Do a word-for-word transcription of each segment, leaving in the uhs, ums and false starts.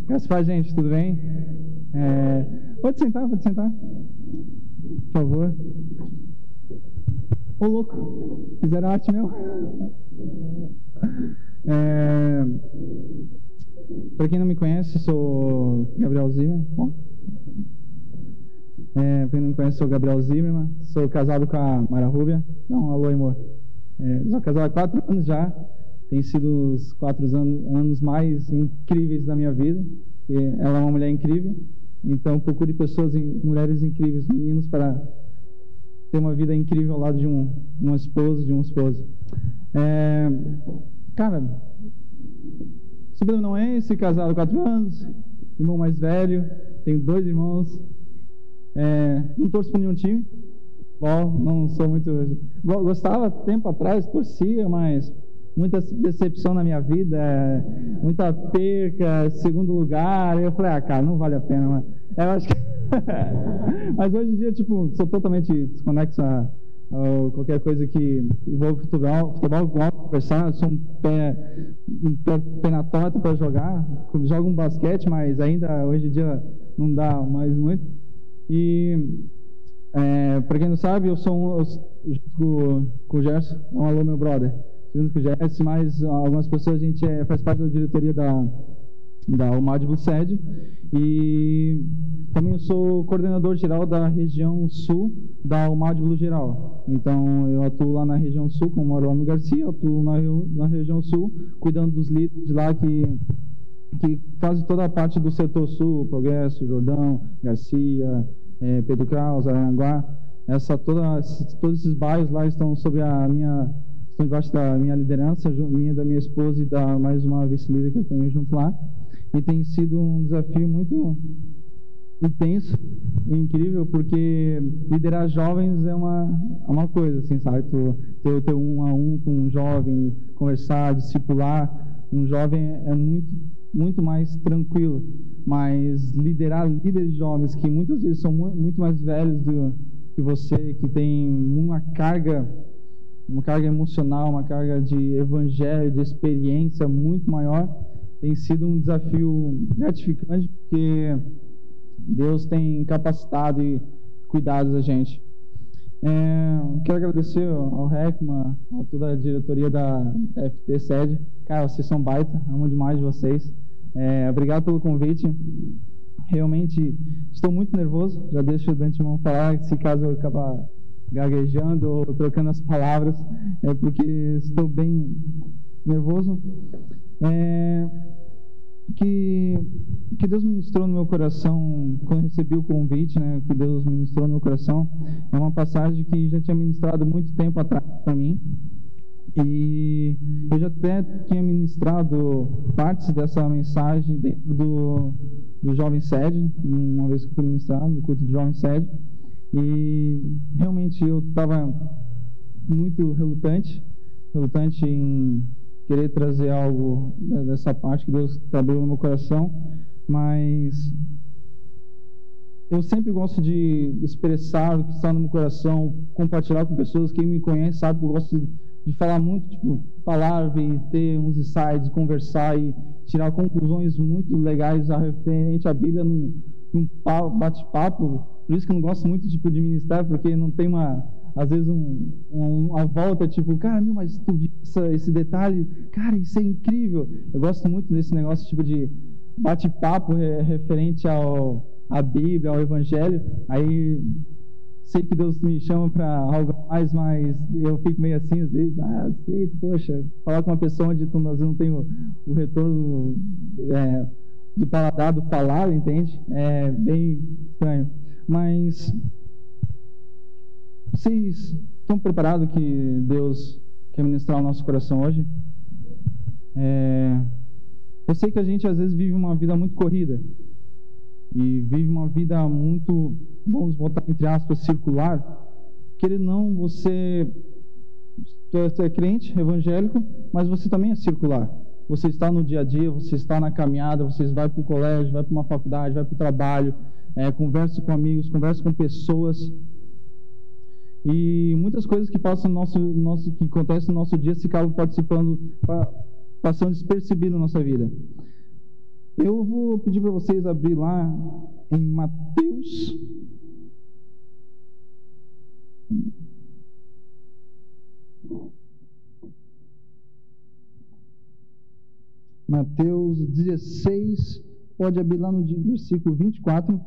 Graças a Deus, gente, tudo bem? É, pode sentar, pode sentar. Por favor. Ô, louco, fizeram arte mesmo? É, para quem não me conhece, sou Gabriel Zimmer. Oh. É, para quem não me conhece, sou Gabriel Zimmermann, sou casado com a Mara Rúbia. Não, alô, amor. É, sou casado há quatro anos já. Tem sido os quatro anos, anos mais incríveis da minha vida. E ela é uma mulher incrível, então procure pessoas, mulheres incríveis, meninos, para ter uma vida incrível ao lado de um, uma esposa, de um esposo. É, cara, o sobrenome não é esse, casado há quatro anos, irmão mais velho, tenho dois irmãos, é, não torço para nenhum time, bom, não sou muito... Gostava tempo atrás, torcia, mas... muita decepção na minha vida, muita perca, segundo lugar. Eu falei, ah, cara, não vale a pena, mano. Eu acho que... Mas hoje em dia, tipo, sou totalmente desconexo a, a qualquer coisa que envolve futebol. Futebol, igual conversar, sou um pé, um pé, pé na torta para jogar. Jogo um basquete, mas ainda hoje em dia não dá mais muito. E, é, para quem não sabe, eu sou um, eu, junto com, com o Gerson, um alô, meu brother. Junto com o Jesse, mas algumas pessoas, a gente é, faz parte da diretoria da, da Almádiblo Sede, e também eu sou coordenador geral da região sul da Almádiblo Geral. Então eu atuo lá na região sul, como moro lá no Garcia, eu atuo na, na região sul, cuidando dos líderes de lá que, que fazem toda a parte do setor sul, Progresso, Jordão, Garcia, é, Pedro Kraus, Aranguá. Essa, toda, todos esses bairros lá estão sobre a minha... estão debaixo da minha liderança, minha, da minha esposa e da mais uma vice-líder que eu tenho junto lá. E tem sido um desafio muito intenso e incrível, porque liderar jovens é uma, é uma coisa, assim, sabe? Tu ter o teu um a um com um jovem, conversar, discipular um jovem é muito, muito mais tranquilo. Mas liderar líderes jovens que muitas vezes são muito mais velhos do que você, que tem uma carga uma carga emocional, uma carga de evangelho, de experiência muito maior, tem sido um desafio gratificante, porque Deus tem capacitado e cuidado da gente. É, quero agradecer ao Recma, a toda a diretoria da F T Sede. Cara, vocês são baita, amo demais vocês. É, obrigado pelo convite. Realmente estou muito nervoso, já deixo de antemão falar, se caso eu acabar gaguejando ou trocando as palavras, é porque estou bem nervoso. É, que, que Deus ministrou no meu coração quando recebi o convite, né? Que Deus ministrou no meu coração é uma passagem que já tinha ministrado muito tempo atrás para mim, e eu já até tinha ministrado partes dessa mensagem dentro do, do Jovem Sede, uma vez que eu fui ministrado no culto do Jovem Sede. E realmente eu estava muito relutante, relutante em querer trazer algo dessa parte que Deus abriu no meu coração, mas eu sempre gosto de expressar o que está no meu coração, compartilhar com pessoas. Quem me conhece sabe que eu gosto de, de falar muito, tipo, palavra e ter uns insights, conversar e tirar conclusões muito legais a referente à Bíblia num, num bate-papo. Por isso que eu não gosto muito, tipo, de ministrar, porque não tem uma, às vezes, um, um, uma volta, tipo, cara, meu, mas tu viu essa, esse detalhe? Cara, isso é incrível. Eu gosto muito desse negócio, tipo, de bate-papo referente ao, à Bíblia, ao Evangelho. Aí, sei que Deus me chama para algo mais, mas eu fico meio assim, às vezes, ah, sei, poxa, falar com uma pessoa onde tu, às vezes, não tem o, o retorno é, do paladar, do falar, entende? É bem estranho. Mas vocês estão preparados que Deus quer ministrar o nosso coração hoje? É, eu sei que a gente às vezes vive uma vida muito corrida e vive uma vida muito, vamos botar entre aspas, circular. Querendo ou não, você, você é crente, evangélico, mas você também é circular. Você está no dia a dia, você está na caminhada, você vai para o colégio, vai para uma faculdade, vai para o trabalho, é, conversa com amigos, conversa com pessoas. E muitas coisas que passam no nosso, nosso que acontecem no nosso dia se acabam participando, passando despercebido na nossa vida. Eu vou pedir para vocês abrir lá em Mateus. Mateus dezesseis, pode abrir lá no versículo vinte e quatro.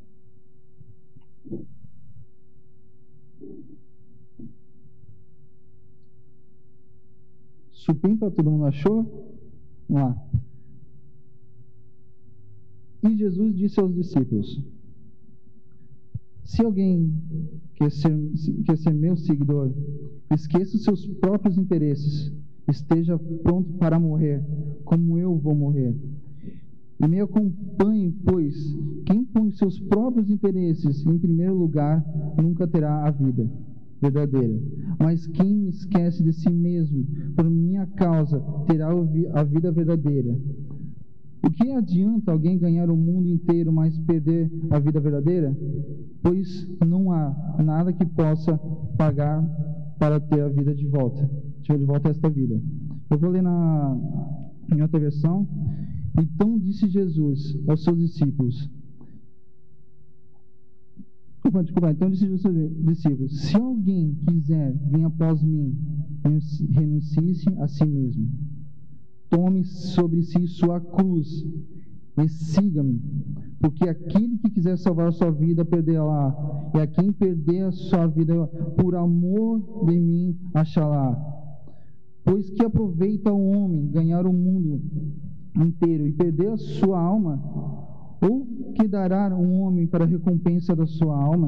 Supimpa, todo mundo achou? Vamos lá. E Jesus disse aos discípulos: se alguém quer ser, quer ser meu seguidor, esqueça os seus próprios interesses, esteja pronto para morrer, como eu vou morrer. E me acompanhe, pois quem põe seus próprios interesses em primeiro lugar nunca terá a vida verdadeira. Mas quem esquece de si mesmo por minha causa terá a vida verdadeira. O que adianta alguém ganhar o mundo inteiro, mas perder a vida verdadeira? Pois não há nada que possa pagar para ter a vida de volta. Tirar de volta esta vida. Eu vou ler na, em outra versão. Então disse Jesus aos seus discípulos. Desculpa, desculpa. Então disse Jesus aos seus discípulos: se alguém quiser vir após mim, renuncie-se a si mesmo. Tome sobre si sua cruz e siga-me, porque aquele que quiser salvar a sua vida, perderá, e a quem perder a sua vida por amor de mim, achará. Pois que aproveita o homem ganhar o mundo inteiro e perder a sua alma? Ou que dará um homem para a recompensa da sua alma?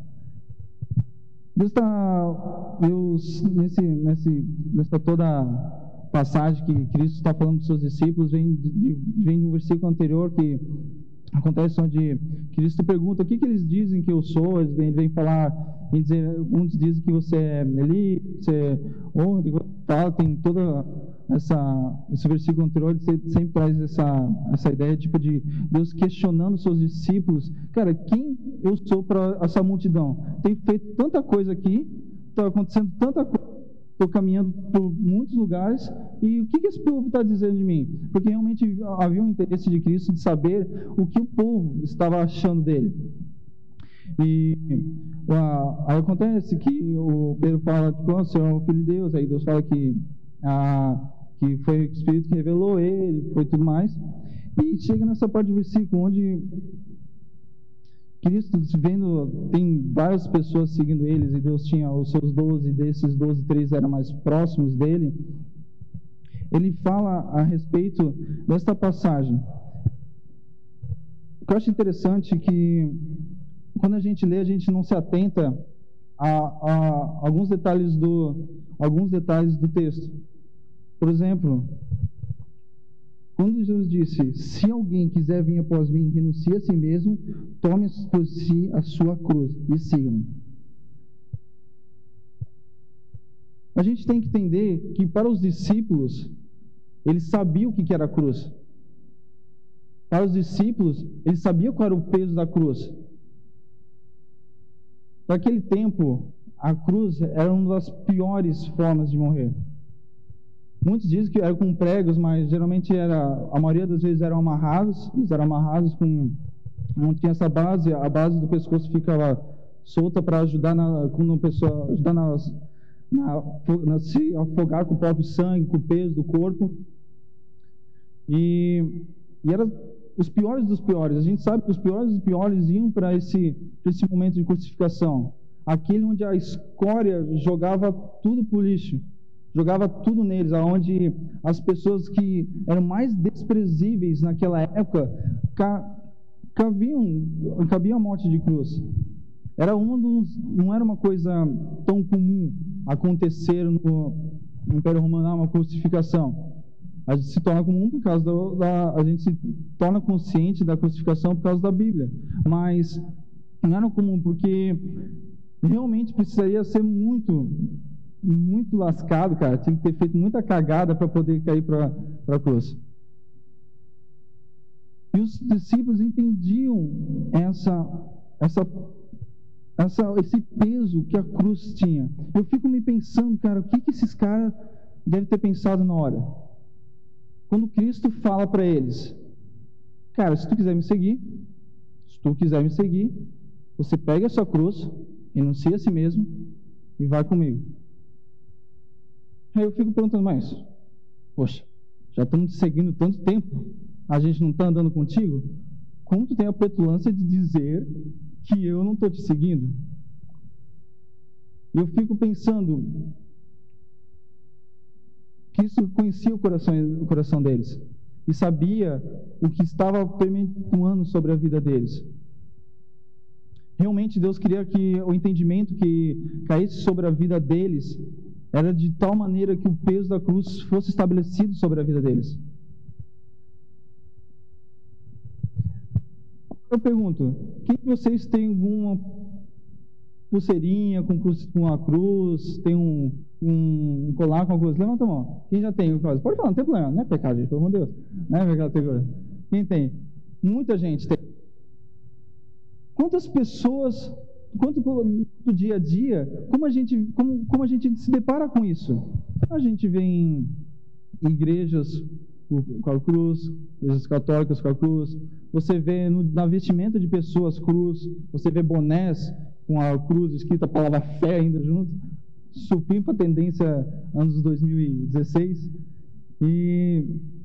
Deus está, Deus, nesse, nesse, nessa toda passagem que Cristo está falando com seus discípulos, vem de, vem de um versículo anterior que acontece onde Cristo pergunta o que, que eles dizem que eu sou. Eles vêm, vêm falar, vêm dizer, uns dizem que você é Eli, você é onde, tal, tem toda essa, esse versículo anterior, ele sempre traz essa, essa ideia tipo de Deus questionando seus discípulos. Cara, quem eu sou para essa multidão? Tenho feito tanta coisa aqui, está acontecendo tanta coisa, estou caminhando por muitos lugares, e o que, que esse povo está dizendo de mim? Porque realmente havia um interesse de Cristo de saber o que o povo estava achando dele. E a, aí acontece que o Pedro fala, tipo, o Senhor é o Filho de Deus, aí Deus fala que, a, que foi o Espírito que revelou ele, foi tudo mais, e chega nessa parte do versículo onde Cristo, vendo, tem várias pessoas seguindo eles, e Deus tinha os seus doze, desses doze, três eram mais próximos dele. Ele fala a respeito desta passagem. O que eu acho interessante é que, quando a gente lê, a gente não se atenta a, a alguns detalhes do, alguns detalhes do texto. Por exemplo, quando Jesus disse: se alguém quiser vir após mim, renuncie a si mesmo, tome por si a sua cruz e siga-me. A gente tem que entender que, para os discípulos, eles sabiam o que era a cruz. Para os discípulos, eles sabiam qual era o peso da cruz. Naquele tempo, a cruz era uma das piores formas de morrer. Muitos dizem que era com pregos, mas geralmente era, a maioria das vezes eram amarrados, eles eram amarrados com, não tinha essa base, a base do pescoço ficava solta para ajudar na, quando a pessoa, ajudar nas, na, na, se afogar com o próprio sangue, com o peso do corpo. E, e era os piores dos piores. A gente sabe que os piores dos piores iam para esse, para esse momento de crucificação, aquele onde a escória jogava tudo para o lixo. Jogava tudo neles, aonde as pessoas que eram mais desprezíveis naquela época cabiam, cabia a morte de cruz. Era um dos, não era uma coisa tão comum acontecer no Império Romano, uma crucificação. A gente se torna comum por causa da, da a gente se torna consciente da crucificação por causa da Bíblia, mas não era comum porque realmente precisaria ser muito muito lascado, cara, tinha que ter feito muita cagada para poder cair para a cruz. E os discípulos entendiam essa, essa, essa, esse peso que a cruz tinha. Eu fico me pensando, cara, o que, que esses caras devem ter pensado na hora? Quando Cristo fala para eles, cara, se tu quiser me seguir, se tu quiser me seguir, você pega a sua cruz, renuncia a si mesmo e vai comigo. Aí eu fico perguntando, mas, poxa, já estamos te seguindo tanto tempo, a gente não está andando contigo? Como tu tem a petulância de dizer que eu não estou te seguindo? E eu fico pensando que isso conhecia o coração, o coração deles e sabia o que estava perpetuando sobre a vida deles. Realmente Deus queria que o entendimento que caísse sobre a vida deles era de tal maneira que o peso da cruz fosse estabelecido sobre a vida deles. Eu pergunto, quem de vocês tem alguma pulseirinha com, cruz, com uma cruz, tem um, um colar com a cruz? Levanta a mão. Quem já tem? Pode falar, não tem problema, não é pecado, gente, pelo amor de Deus. Não é pecado ter coisa. Quem tem? Muita gente tem. Quantas pessoas, quanto no dia a dia, como a gente, como, como a gente se depara com isso? A gente vê em igrejas com a cruz, igrejas católicas com a cruz, você vê no, na vestimenta de pessoas cruz, você vê bonés com a cruz escrita a palavra fé ainda junto, supimpa a tendência anos dois mil e dezesseis. E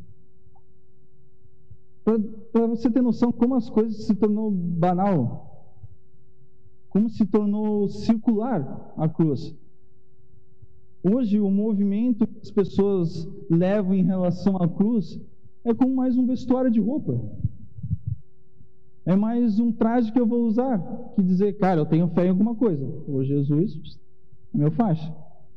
para você ter noção como as coisas se tornou banal, como se tornou circular a cruz. Hoje o movimento que as pessoas levam em relação à cruz é como mais um vestuário de roupa. É mais um traje que eu vou usar, que dizer, cara, eu tenho fé em alguma coisa. Ô Jesus, é meu faixa.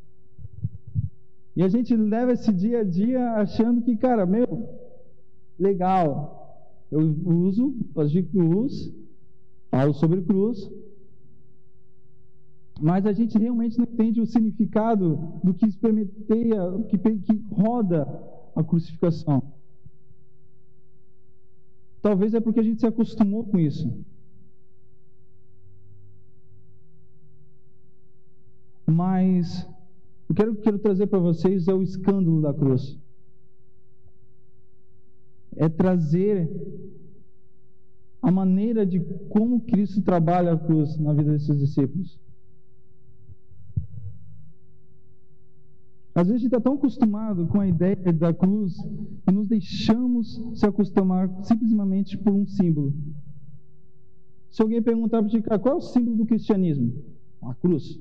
E a gente leva esse dia a dia achando que, cara, meu, legal, eu uso, faço de cruz, falo sobre cruz, mas a gente realmente não entende o significado do que permeia, que, que roda a crucificação. Talvez é porque a gente se acostumou com isso. Mas o que eu quero trazer para vocês é o escândalo da cruz. É trazer a maneira de como Cristo trabalha a cruz na vida desses discípulos. Às vezes a gente está tão acostumado com a ideia da cruz que nos deixamos se acostumar simplesmente por um símbolo. Se alguém perguntar para ti, qual é o símbolo do cristianismo? A cruz.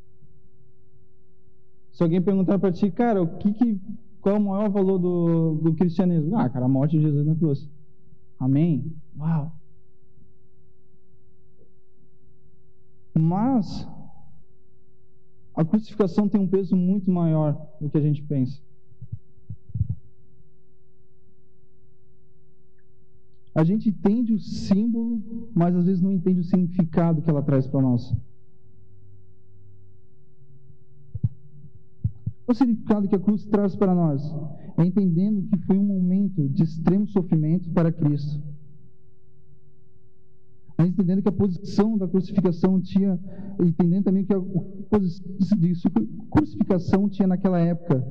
Se alguém perguntar para ti, cara, o que que, qual é o maior valor do, do cristianismo? Ah, cara, a morte de Jesus na cruz. Amém? Uau! Mas a crucificação tem um peso muito maior do que a gente pensa. A gente entende o símbolo, mas às vezes não entende o significado que ela traz para nós. O significado que a cruz traz para nós é entendendo que foi um momento de extremo sofrimento para Cristo. Mas entendendo que a posição da crucificação tinha, entendendo também que a posição de crucificação tinha naquela época,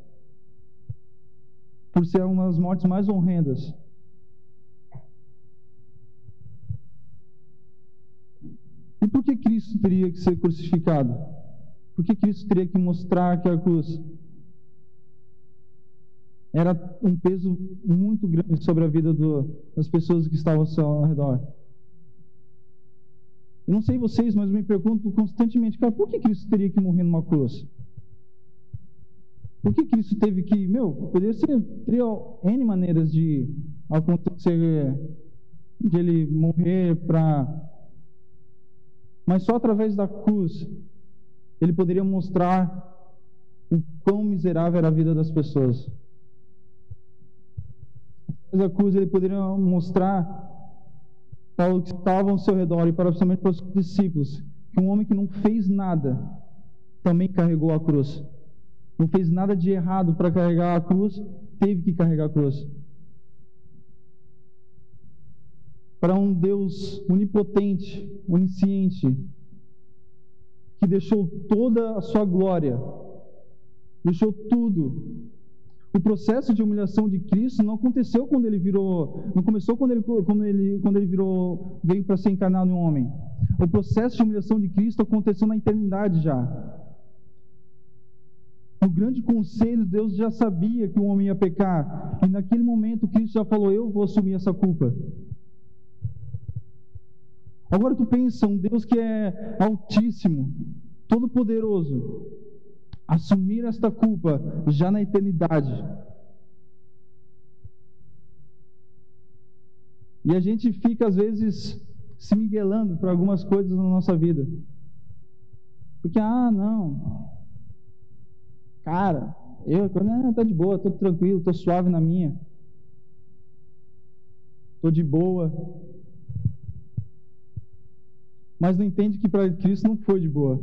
por ser uma das mortes mais horrendas. E por que Cristo teria que ser crucificado? Por que Cristo teria que mostrar que a cruz era um peso muito grande sobre a vida do, das pessoas que estavam ao seu redor? Eu não sei vocês, mas eu me pergunto constantemente, cara, por que Cristo teria que morrer numa cruz? Por que Cristo teve que, meu, poderia ser, teria N maneiras de acontecer, de ele morrer para... Mas só através da cruz, ele poderia mostrar o quão miserável era a vida das pessoas. Através da cruz, ele poderia mostrar para os que estavam ao seu redor e para, principalmente para os discípulos, que um homem que não fez nada também carregou a cruz. Não fez nada de errado para carregar a cruz, teve que carregar a cruz. Para um Deus onipotente, onisciente, que deixou toda a sua glória, deixou tudo, O processo de humilhação de Cristo não aconteceu quando ele virou, não começou quando ele, quando ele, quando ele virou, veio para ser encarnado em um homem. O processo de humilhação de Cristo aconteceu na eternidade já. No grande conselho, Deus já sabia que o homem ia pecar. E naquele momento, Cristo já falou, eu vou assumir essa culpa. Agora tu pensa, um Deus que é altíssimo, todo-poderoso, assumir esta culpa já na eternidade. E a gente fica, às vezes, se miguelando para algumas coisas na nossa vida. Porque, ah, não... Cara, eu não, tô de boa, tô tranquilo, tô suave na minha. Tô de boa. Mas não entende que para Cristo não foi de boa.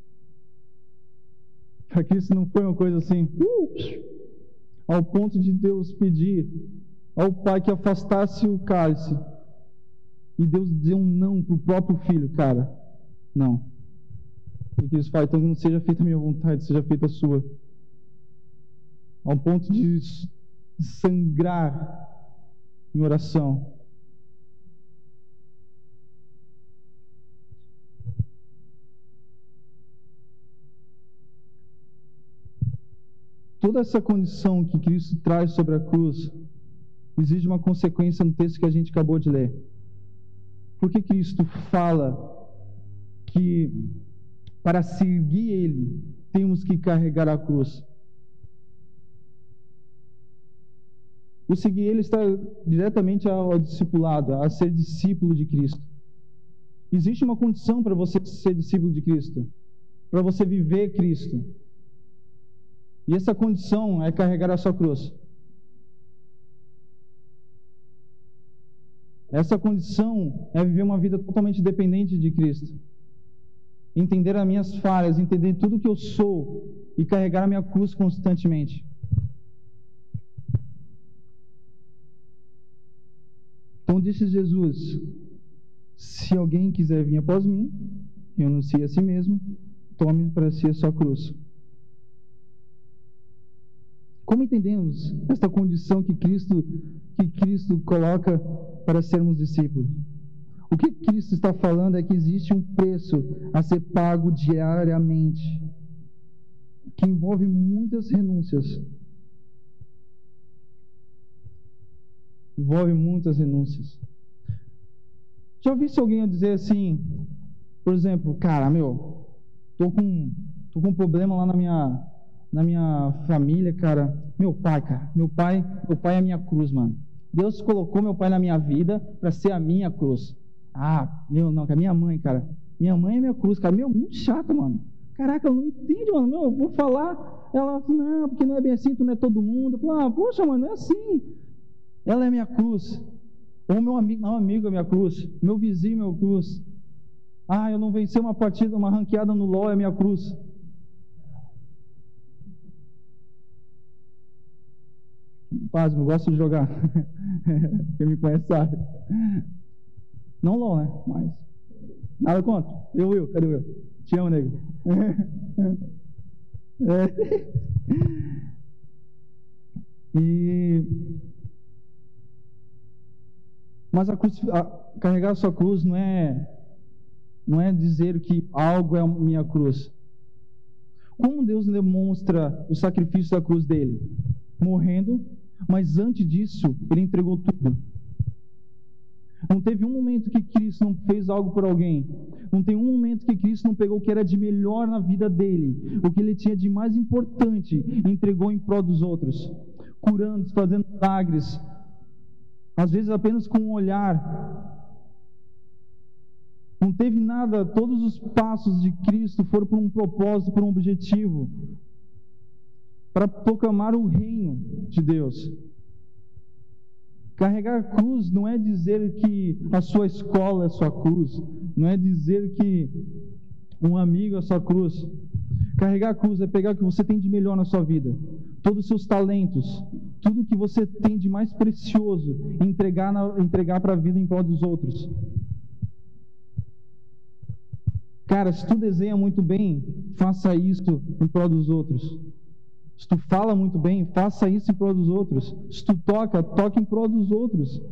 Para Cristo não foi uma coisa assim, uh, ao ponto de Deus pedir ao Pai que afastasse o cálice. E Deus dizer um não para o próprio Filho, cara. Não. E Cristo fala, então não seja feita a minha vontade, seja feita a sua. Ao ponto de sangrar em oração. Toda essa condição que Cristo traz sobre a cruz exige uma consequência no texto que a gente acabou de ler. Por que Cristo fala que para seguir Ele temos que carregar a cruz? O seguir Ele está diretamente ao discipulado, a ser discípulo de Cristo. Existe uma condição para você ser discípulo de Cristo, para você viver Cristo. E essa condição é carregar a sua cruz. Essa condição é viver uma vida totalmente dependente de Cristo. Entender as minhas falhas, entender tudo que eu sou e carregar a minha cruz constantemente. Então disse Jesus, se alguém quiser vir após mim, renuncie a si mesmo, tome para si a sua cruz. Como entendemos esta condição que Cristo, que Cristo coloca para sermos discípulos? O que Cristo está falando é que existe um preço a ser pago diariamente, que envolve muitas renúncias. Envolve muitas renúncias. Já ouvi alguém dizer assim, por exemplo, cara, meu, tô com, tô com um problema lá na minha... na minha família, cara, meu pai, cara, meu pai, meu pai é a minha cruz, mano. Deus colocou meu pai na minha vida para ser a minha cruz. Ah, meu, não, que a minha mãe, cara, minha mãe é minha cruz, cara, meu, muito chata, mano. Caraca, eu não entendo, mano, meu, eu vou falar, ela, não, porque não é bem assim, tu não é todo mundo. Eu falo, ah, poxa, mano, não é assim. Ela é minha cruz. Ou meu amigo, não, amigo é minha cruz. Meu vizinho é minha cruz. Ah, eu não venci uma partida, uma ranqueada no LOL é minha cruz. Paz, eu gosto de jogar. Quem me conhece sabe. Não LOL, né? Mas nada contra. Eu, Will, cadê o Will? Te amo, nego. É. E... Mas a cruz, a, carregar a sua cruz não é, não é dizer que algo é a minha cruz. Como Deus demonstra o sacrifício da cruz dele? Morrendo, mas antes disso, ele entregou tudo. Não teve um momento que Cristo não fez algo por alguém. Não tem um momento que Cristo não pegou o que era de melhor na vida dele, o que ele tinha de mais importante, e entregou em prol dos outros, curando, fazendo milagres, às vezes apenas com um olhar. Não teve nada, todos os passos de Cristo foram por um propósito, por um objetivo, para proclamar o reino de Deus. Carregar a cruz não é dizer que a sua escola é a sua cruz, não é dizer que um amigo é a sua cruz. Carregar a cruz é pegar o que você tem de melhor na sua vida, todos os seus talentos, tudo que você tem de mais precioso, e entregar, na, entregar para a vida em prol dos outros. Cara, se tu desenha muito bem, faça isso em prol dos outros. Se tu fala muito bem, faça isso em prol dos outros. Se tu toca, toque em prol dos outros.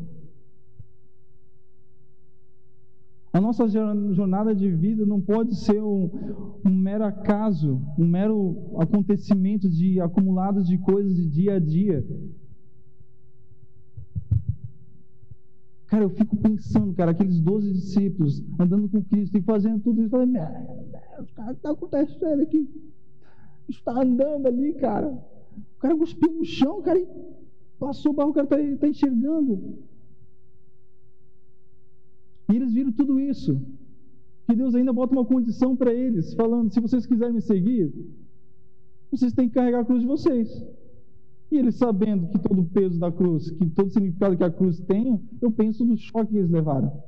A nossa jornada de vida não pode ser um, um mero acaso, um mero acontecimento de acumulados de coisas de dia a dia. Cara, eu fico pensando, cara, aqueles doze discípulos andando com Cristo e fazendo tudo isso. Eu falei, meu Deus, cara, o que está acontecendo aqui? Está andando ali, cara. O cara cuspiu no chão, cara, e passou o barro, o cara está tá enxergando. E eles viram tudo isso. Que Deus ainda bota uma condição para eles, falando, se vocês quiserem me seguir, vocês têm que carregar a cruz de vocês. E eles sabendo que todo o peso da cruz, que todo o significado que a cruz tem, eu penso no choque que eles levaram.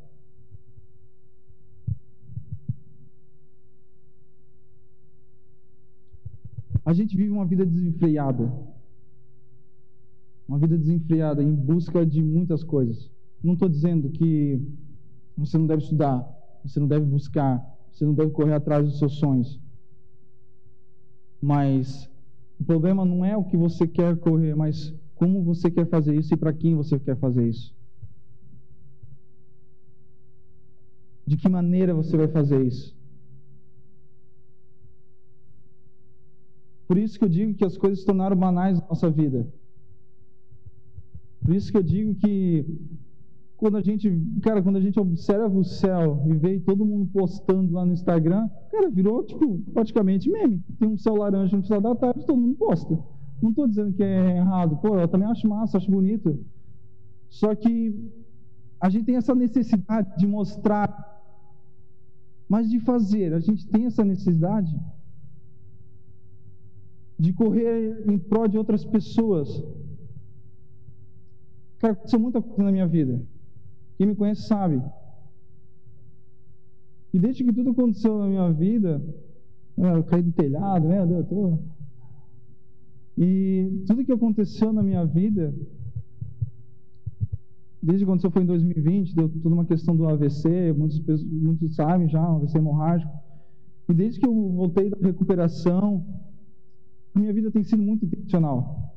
A gente vive uma vida desenfreada. Uma vida desenfreada em busca de muitas coisas. Não estou dizendo que você não deve estudar, você não deve buscar, você não deve correr atrás dos seus sonhos. Mas o problema não é o que você quer correr, mas como você quer fazer isso e para quem você quer fazer isso. De que maneira você vai fazer isso? Por isso que eu digo que as coisas se tornaram banais na nossa vida. Por isso que eu digo que quando a gente, cara, quando a gente observa o céu e vê todo mundo postando lá no Instagram, cara, virou, tipo, praticamente meme. Tem um céu laranja no final da tarde, todo mundo posta. Não estou dizendo que é errado. Pô, eu também acho massa, acho bonito. Só que a gente tem essa necessidade de mostrar, mas de fazer. A gente tem essa necessidade de correr em prol de outras pessoas. Cara, aconteceu muita coisa na minha vida. Quem me conhece sabe. E desde que tudo aconteceu na minha vida, eu caí do telhado, meu Deus, tô... E tudo que aconteceu na minha vida, desde que aconteceu foi em dois mil e vinte, deu toda uma questão do A V C, muitos, muitos sabem já, um A V C hemorrágico. E desde que eu voltei da recuperação, a minha vida tem sido muito intencional.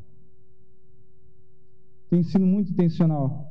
Tem sido muito intencional.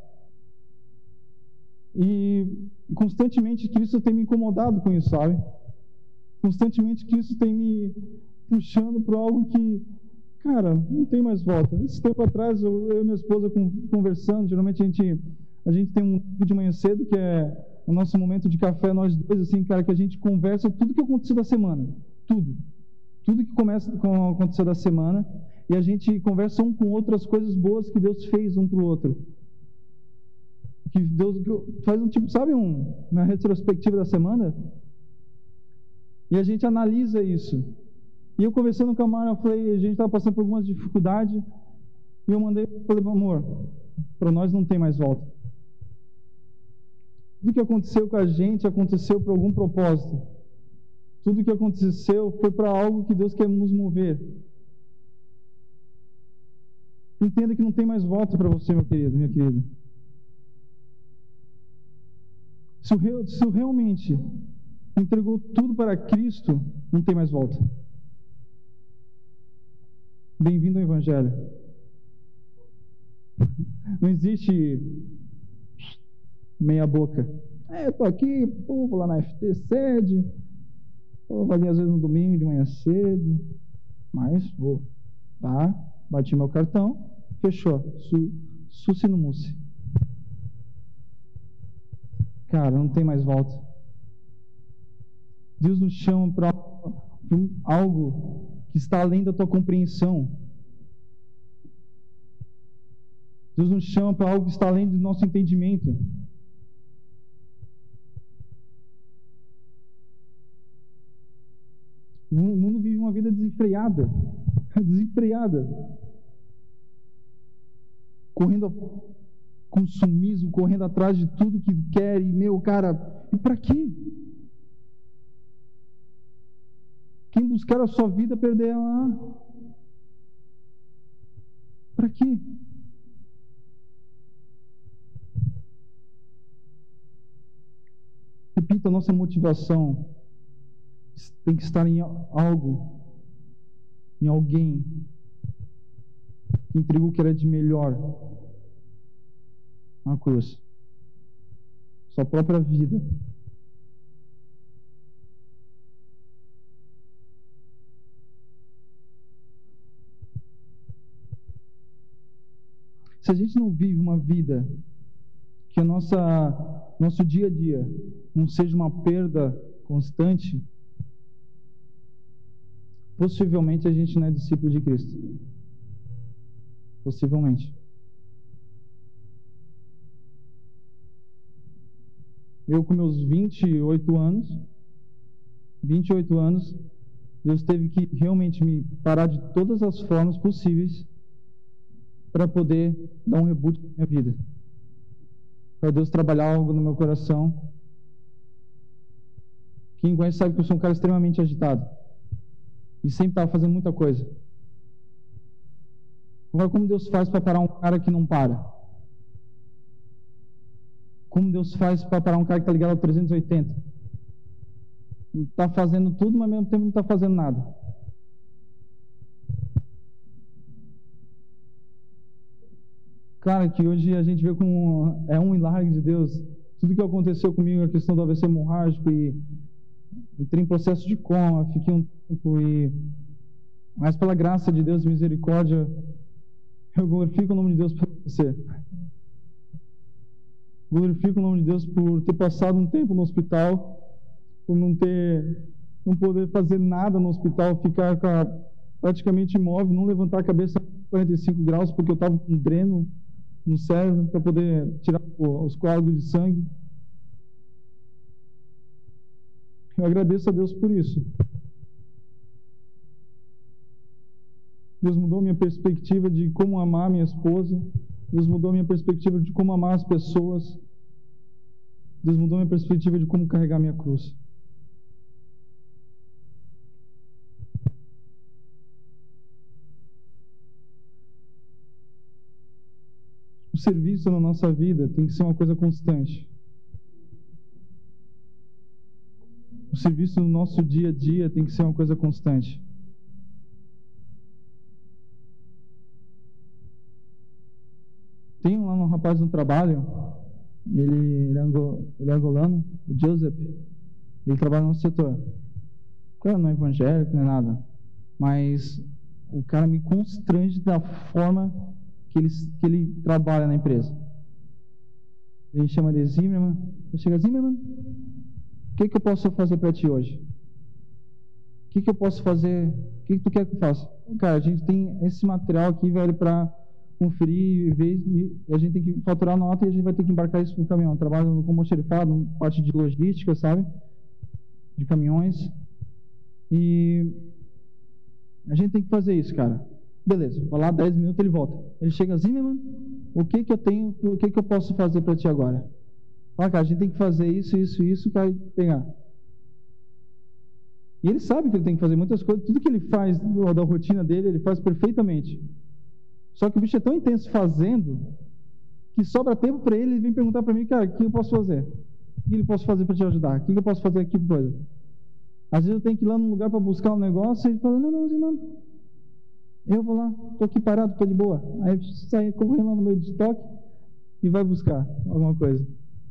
E constantemente Cristo tem me incomodado com isso, sabe? Constantemente Cristo tem me puxando para algo que, cara, não tem mais volta. Esse tempo atrás, eu, eu e minha esposa conversando, geralmente a gente, a gente tem um tempo de manhã cedo, que é o nosso momento de café, nós dois, assim, cara, que a gente conversa tudo que aconteceu da semana. Tudo. Tudo que começa com aconteceu da semana. E a gente conversa um com outras coisas boas que Deus fez um para o outro. Que Deus faz um tipo, sabe, um, uma retrospectiva da semana? E a gente analisa isso. E eu conversando com a Mara, eu falei, a gente estava passando por algumas dificuldades, e eu mandei, falei, amor, para nós não tem mais volta. Tudo que aconteceu com a gente, aconteceu por algum propósito. Tudo que aconteceu foi para algo que Deus quer nos mover. Entenda que não tem mais volta para você, meu querido, minha querida. Se, o, se o realmente entregou tudo para Cristo, não tem mais volta. Bem-vindo ao Evangelho. Não existe meia boca. É, eu estou aqui, pô, vou lá na F T sede, pô, vou ali às vezes no domingo de manhã cedo, mas vou, tá? Bati meu cartão, fechou. Su, suci no mousse. Cara, não tem mais volta. Deus nos chama para algo que está além da tua compreensão. Deus nos chama para algo que está além do nosso entendimento. O mundo vive uma vida desenfreada. Desenfreada. Correndo a consumismo, correndo atrás de tudo que quer, e meu, cara, e para quê? Quem buscar a sua vida, perderá. Para quê? Repito, a nossa motivação tem que estar em algo, em alguém, que entregou o que era de melhor na cruz. Sua própria vida. Se a gente não vive uma vida que a nossa nosso dia a dia não seja uma perda constante, possivelmente a gente não é discípulo de Cristo. Possivelmente. Eu com meus vinte e oito anos, vinte e oito anos, Deus teve que realmente me parar de todas as formas possíveis para poder dar um reboot na minha vida. Para Deus trabalhar algo no meu coração. Quem conhece sabe que eu sou um cara extremamente agitado. E sempre estava fazendo muita coisa. Agora, como Deus faz para parar um cara que não para? Como Deus faz para parar um cara que está ligado ao trezentos e oitenta? Está fazendo tudo, mas ao mesmo tempo não está fazendo nada. Cara, que hoje a gente vê como é um milagre de Deus. Tudo que aconteceu comigo, a questão do A V C hemorrágico, e entrei em processo de coma, fiquei um tempo, e mas pela graça de Deus e misericórdia, eu glorifico o nome de Deus por você. Glorifico o nome de Deus por ter passado um tempo no hospital, por não ter, não poder fazer nada no hospital, ficar com a, praticamente imóvel, não levantar a cabeça a quarenta e cinco graus, porque eu estava com um dreno no cérebro para poder tirar os coágulos de sangue. Eu agradeço a Deus por isso. Deus mudou minha perspectiva de como amar minha esposa. Deus mudou minha perspectiva de como amar as pessoas. Deus mudou minha perspectiva de como carregar minha cruz. O serviço na nossa vida tem que ser uma coisa constante. O serviço no nosso dia a dia tem que ser uma coisa constante. Tem lá um rapaz no trabalho, ele, ele, é, angol, ele é angolano, o Joseph, ele trabalha no setor. O cara não é evangélico, não é nada, mas o cara me constrange da forma que ele, que ele trabalha na empresa. Ele chama de Zimmerman, ele chega, Zimmerman, o que, que eu posso fazer para ti hoje? O que, que eu posso fazer? O que, que tu quer que eu faça? Cara, a gente tem esse material aqui, velho, para conferir e ver, e a gente tem que faturar a nota e a gente vai ter que embarcar isso no caminhão. Trabalho como xerifado, parte de logística, sabe? De caminhões. E a gente tem que fazer isso, cara. Beleza, vou lá, dez minutos ele volta. Ele chega assim, meu mano, o que que eu tenho, o que que eu posso fazer para ti agora? Fala, cara, a gente tem que fazer isso, isso, isso, para pegar. E ele sabe que ele tem que fazer muitas coisas, tudo que ele faz da rotina dele, ele faz perfeitamente. Só que o bicho é tão intenso fazendo que sobra tempo para ele, ele vem perguntar para mim, cara, o que eu posso fazer? O que eu posso fazer para te ajudar? O que eu posso fazer aqui por coisa? Às vezes eu tenho que ir lá num lugar para buscar um negócio e ele fala, não, não, irmão, eu vou lá, estou aqui parado, estou de boa. Aí sai correndo lá no meio do estoque e vai buscar alguma coisa.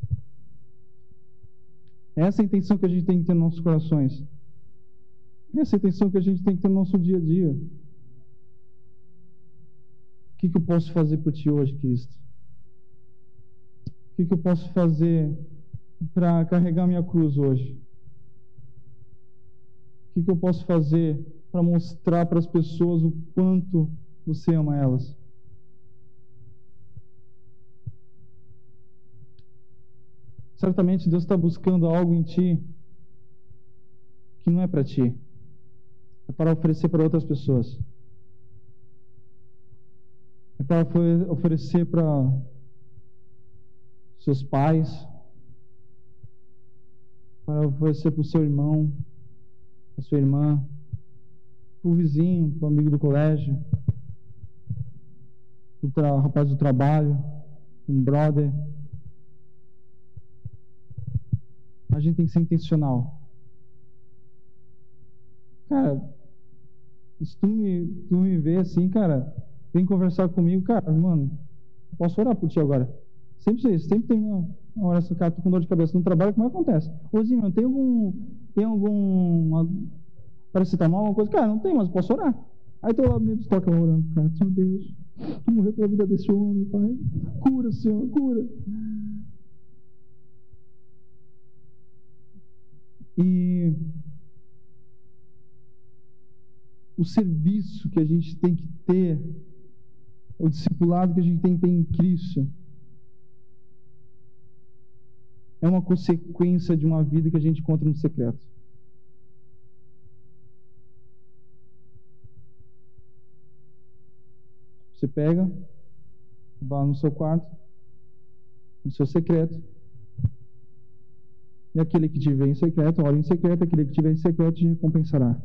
Essa é a intenção que a gente tem que ter nos nossos corações. Essa é a intenção que a gente tem que ter no nosso dia a dia. O que, que eu posso fazer por ti hoje, Cristo? O que, que eu posso fazer para carregar minha cruz hoje? O que, que eu posso fazer para mostrar para as pessoas o quanto você ama elas? Certamente Deus está buscando algo em ti que não é para ti, é para oferecer para outras pessoas. É para oferecer para seus pais, para oferecer para o seu irmão, para a sua irmã, para o vizinho, para o amigo do colégio, para o rapaz do trabalho, um brother. A gente tem que ser intencional. Cara, se tu me, tu me vê assim, cara, vem conversar comigo, cara, mano, posso orar por ti agora? Sempre isso, sempre tem uma, uma hora assim, cara, tô com dor de cabeça no trabalho, como é que acontece? Ô, mano, tem algum, tem algum, uma, parece que tá mal, alguma coisa? Cara, não tem, mas posso orar. Aí tô lá no meio do estoque orando, cara, meu Deus, tu morreu pela vida desse homem, pai, cura, Senhor, cura. E o serviço que a gente tem que ter, o discipulado que a gente tem que ter em Cristo, é uma consequência de uma vida que a gente encontra no secreto. Você pega, vai no seu quarto, no seu secreto, e aquele que te vê em secreto, ora em secreto, aquele que te vê em secreto te recompensará.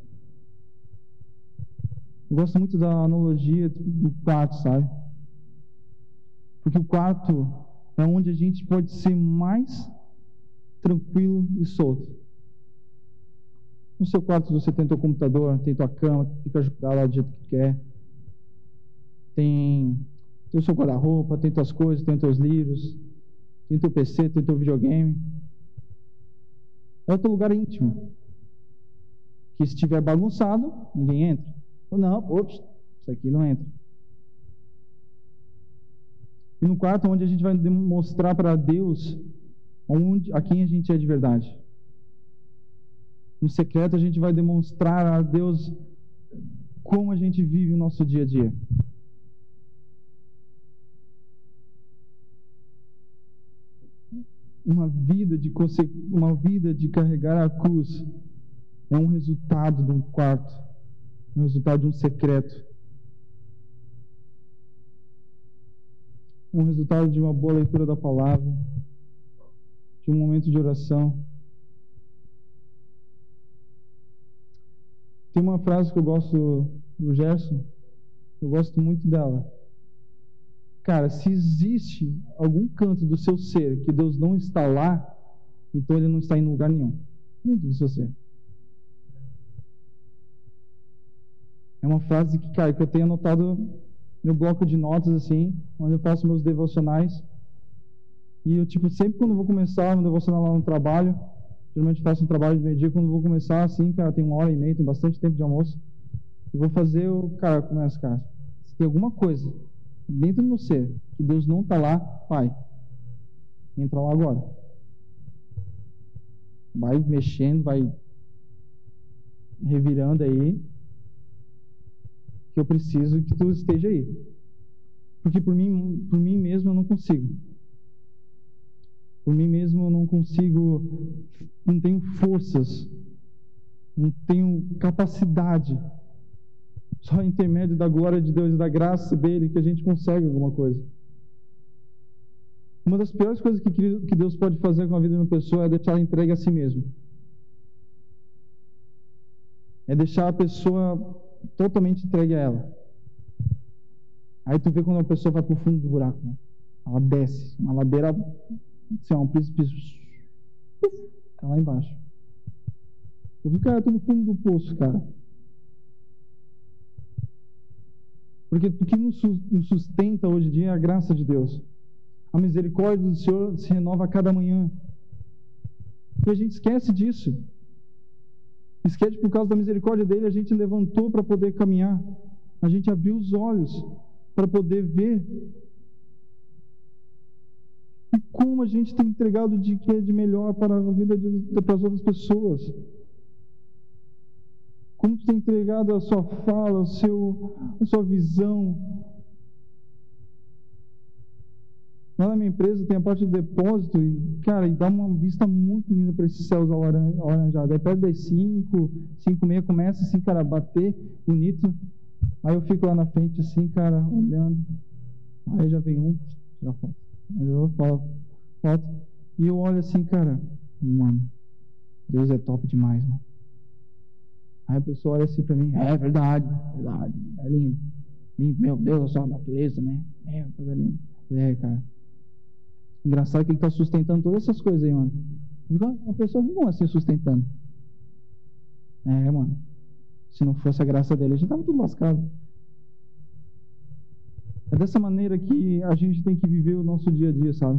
Eu gosto muito da analogia do quarto, sabe? Porque o quarto é onde a gente pode ser mais tranquilo e solto. No seu quarto você tem teu computador, tem tua cama, fica jogado lá do jeito que quer. Tem, tem o seu guarda-roupa, tem tuas coisas, tem teus livros, tem teu P C, tem teu videogame. É o teu lugar íntimo. Que se estiver bagunçado, ninguém entra. Não, ops, isso aqui não entra. E no quarto, onde a gente vai demonstrar para Deus onde, a quem a gente é de verdade. No secreto, a gente vai demonstrar a Deus como a gente vive o nosso dia a dia. Uma vida de, uma vida de carregar a cruz é um resultado de um quarto, um resultado de um secreto. É um resultado de uma boa leitura da palavra, de um momento de oração. Tem uma frase que eu gosto do Gerson, eu gosto muito dela. Cara, se existe algum canto do seu ser que Deus não está lá, então Ele não está em lugar nenhum dentro do seu ser. É uma frase que, cara, que eu tenho anotado no meu bloco de notas, assim, onde eu faço meus devocionais. E eu, tipo, sempre quando eu vou começar um devocional lá no trabalho, geralmente faço um trabalho de meio-dia, quando eu vou começar, assim, cara, tem uma hora e meia, tem bastante tempo de almoço, eu vou fazer, o cara, começa, cara, se tem alguma coisa dentro do meu ser que Deus não está lá, pai, entra lá agora. Vai mexendo, vai revirando aí, que eu preciso que tu esteja aí. Porque por mim, por mim mesmo eu não consigo. Por mim mesmo eu não consigo, não tenho forças, não tenho capacidade. Só em intermédio da glória de Deus e da graça dele que a gente consegue alguma coisa. Uma das piores coisas que, que Deus pode fazer com a vida de uma pessoa é deixar ela entregue a si mesmo. É deixar a pessoa totalmente entregue a ela. Aí tu vê quando uma pessoa vai para o fundo do buraco, né? Ela desce, uma ladeira, assim, um precipício, tá lá embaixo. Eu vi, cara, eu tô no fundo do poço, cara. Porque o que nos sustenta hoje em dia é a graça de Deus. A misericórdia do Senhor se renova a cada manhã. E a gente esquece disso. Esquece por causa da misericórdia dele, a gente levantou para poder caminhar. A gente abriu os olhos para poder ver. E como a gente tem entregado de que é de melhor para a vida de, para as outras pessoas. Como tu tem entregado a sua fala, o seu, a sua visão. Lá na minha empresa tem a parte do depósito e, cara, e dá uma vista muito linda para esses céus alaranjados. Aí perto das cinco, cinco e meia começa assim, cara, a bater, bonito. Aí eu fico lá na frente assim, cara, olhando. Aí já vem um, já foto. Aí eu falo, foto. E eu olho assim, cara, mano, Deus é top demais, mano. Aí a pessoa olha assim pra mim, é verdade, verdade, é lindo. Lindo, meu Deus, só a natureza, né? É, coisa linda. É, cara. Engraçado que ele está sustentando todas essas coisas aí, mano. A pessoa não é assim sustentando. É, mano. Se não fosse a graça dele, a gente tava tudo lascado. É dessa maneira que a gente tem que viver o nosso dia a dia, sabe?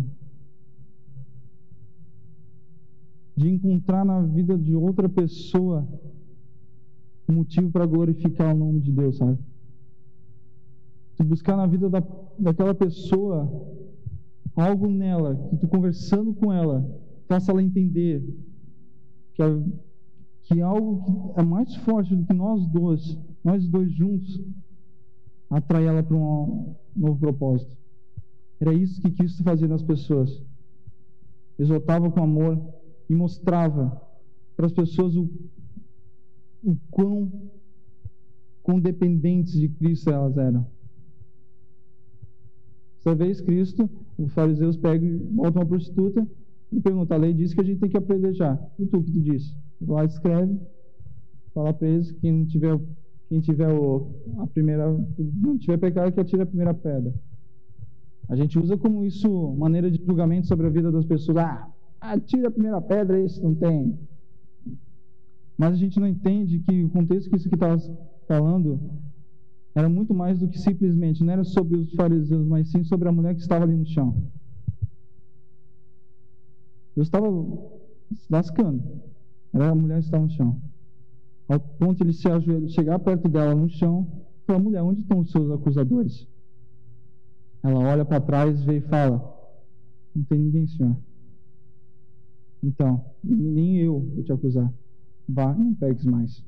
De encontrar na vida de outra pessoa um motivo para glorificar o nome de Deus, sabe? De buscar na vida da, daquela pessoa algo nela, que tu conversando com ela, faça ela entender que, é, que é algo que é mais forte do que nós dois, nós dois juntos, atrai ela para um novo propósito. Era isso que Cristo fazia nas pessoas. Exortava com amor e mostrava para as pessoas o, o quão, quão dependentes de Cristo elas eram. Certa vez, Cristo, os fariseus pegam e voltam uma prostituta e perguntam: a lei diz que a gente tem que apedrejar. E tu, o que tu diz? Lá escreve, fala para eles: quem não tiver, quem tiver o, a primeira, não tiver pecado, que atire a primeira pedra. A gente usa como isso, maneira de julgamento sobre a vida das pessoas. Ah, atira a primeira pedra, isso não tem. Mas a gente não entende que o contexto que isso que estava falando era muito mais do que simplesmente, não era sobre os fariseus, mas sim sobre a mulher que estava ali no chão. Deus estava se lascando. Era a mulher que estava no chão. Ao ponto de ele se ajoelhar, chegar perto dela no chão, e falar: mulher, onde estão os seus acusadores? Ela olha para trás, vê e fala: não tem ninguém, Senhor. Então, nem eu vou te acusar. Vá e não pegues mais.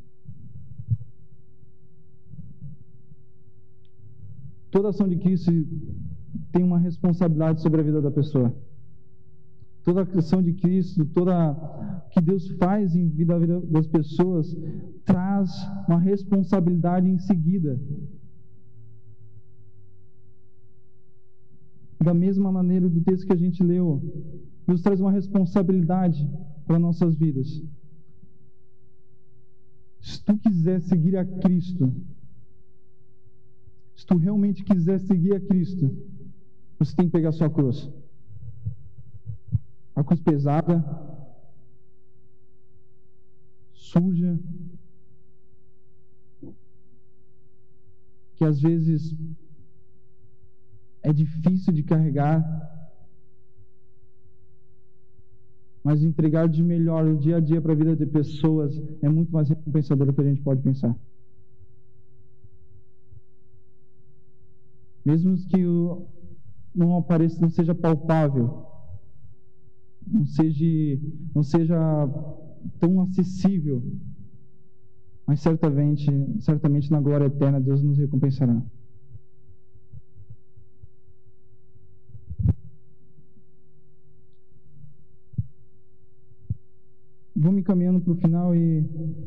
Toda ação de Cristo tem uma responsabilidade sobre a vida da pessoa. Toda a ação de Cristo, toda que Deus faz em vida, a vida das pessoas, traz uma responsabilidade em seguida. Da mesma maneira do texto que a gente leu, Deus traz uma responsabilidade para nossas vidas. Se tu quiser seguir a Cristo, se tu realmente quiser seguir a Cristo, você tem que pegar a sua cruz. A cruz pesada, suja, que às vezes é difícil de carregar, mas entregar de melhor o dia a dia para a vida de pessoas é muito mais recompensador do que a gente pode pensar. Mesmo que não apareça, não seja palpável, não seja, não seja tão acessível, mas certamente, certamente na glória eterna Deus nos recompensará. Vou me caminhando para o final e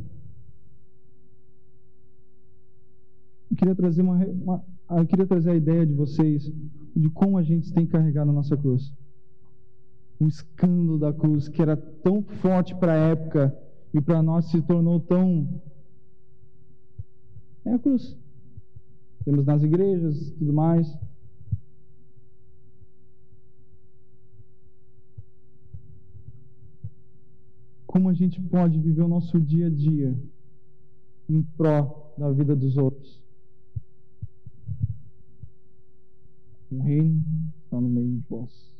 eu queria trazer uma, uma eu queria trazer a ideia de vocês de como a gente tem carregado a nossa cruz. O escândalo da cruz, que era tão forte para a época e para nós se tornou tão... É a cruz. Temos nas igrejas e tudo mais. Como a gente pode viver o nosso dia a dia em pró da vida dos outros? O reino está no meio de vós.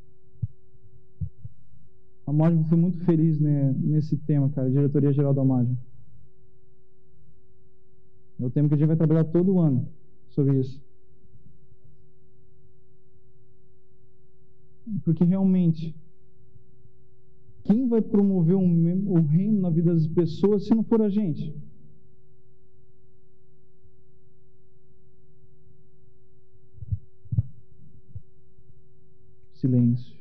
A Mágica foi muito feliz, né, nesse tema, cara, Diretoria Geral da Mágica. É o tema que a gente vai trabalhar todo ano sobre isso. Porque realmente, quem vai promover o reino na vida das pessoas se não for a gente? Silêncio.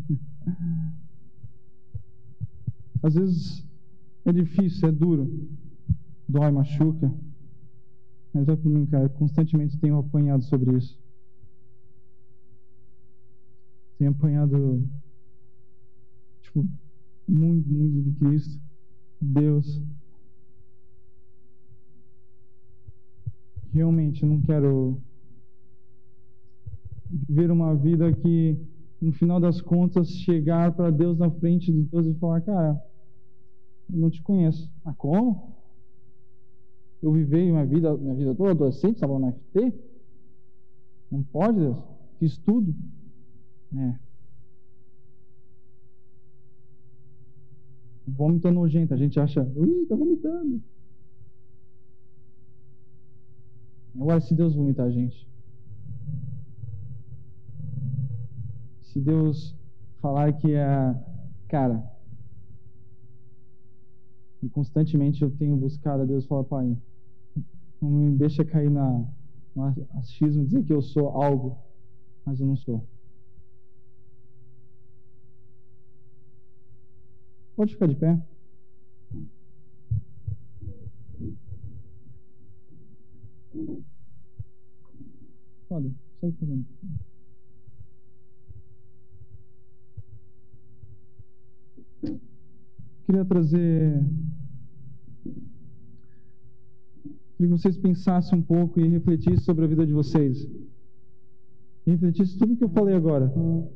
Às vezes é difícil, é duro, dói, machuca, mas vai por mim, cara, constantemente tenho apanhado sobre isso. Tenho apanhado, tipo, muito, muito de Cristo, Deus. Realmente eu não quero viver uma vida que, no final das contas, chegar para Deus na frente de Deus e falar: cara, eu não te conheço. Ah, como? Eu vivei minha vida, minha vida toda adolescente, estava na F T? Não pode, Deus? Fiz tudo. É. Vômito é nojento. A gente acha, ui, tá vomitando. Agora, se Deus vomitar a gente, se Deus falar que é, cara, e constantemente eu tenho buscado a Deus, falar, Pai, não me deixa cair na, no achismo, dizer que eu sou algo, mas eu não sou. Pode ficar de pé. Pode, segue fazendo. Queria trazer... Queria que vocês pensassem um pouco e refletissem sobre a vida de vocês. E refletissem tudo o que eu falei agora.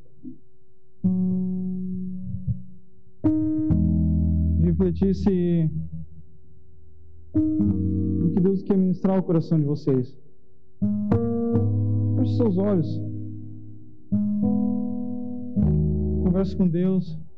E refletisse o que Deus quer ministrar ao coração de vocês. Feche seus olhos. Converse com Deus.